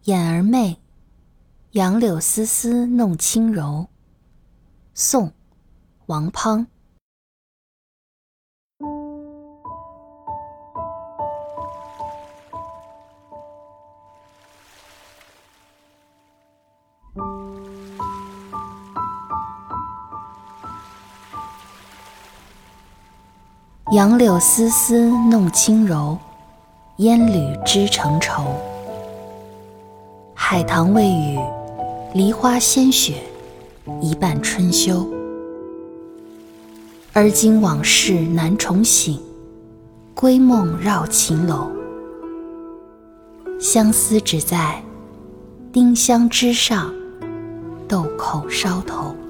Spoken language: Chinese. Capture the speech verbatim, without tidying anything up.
眼儿媚，杨柳丝丝弄轻柔。宋，王滂。杨柳丝丝弄轻柔，烟缕织成绸。海棠未雨，梨花鲜血，一半春秋。而今往事难重醒，归梦绕秦楼。相思只在丁香枝上，豆蔻梢头。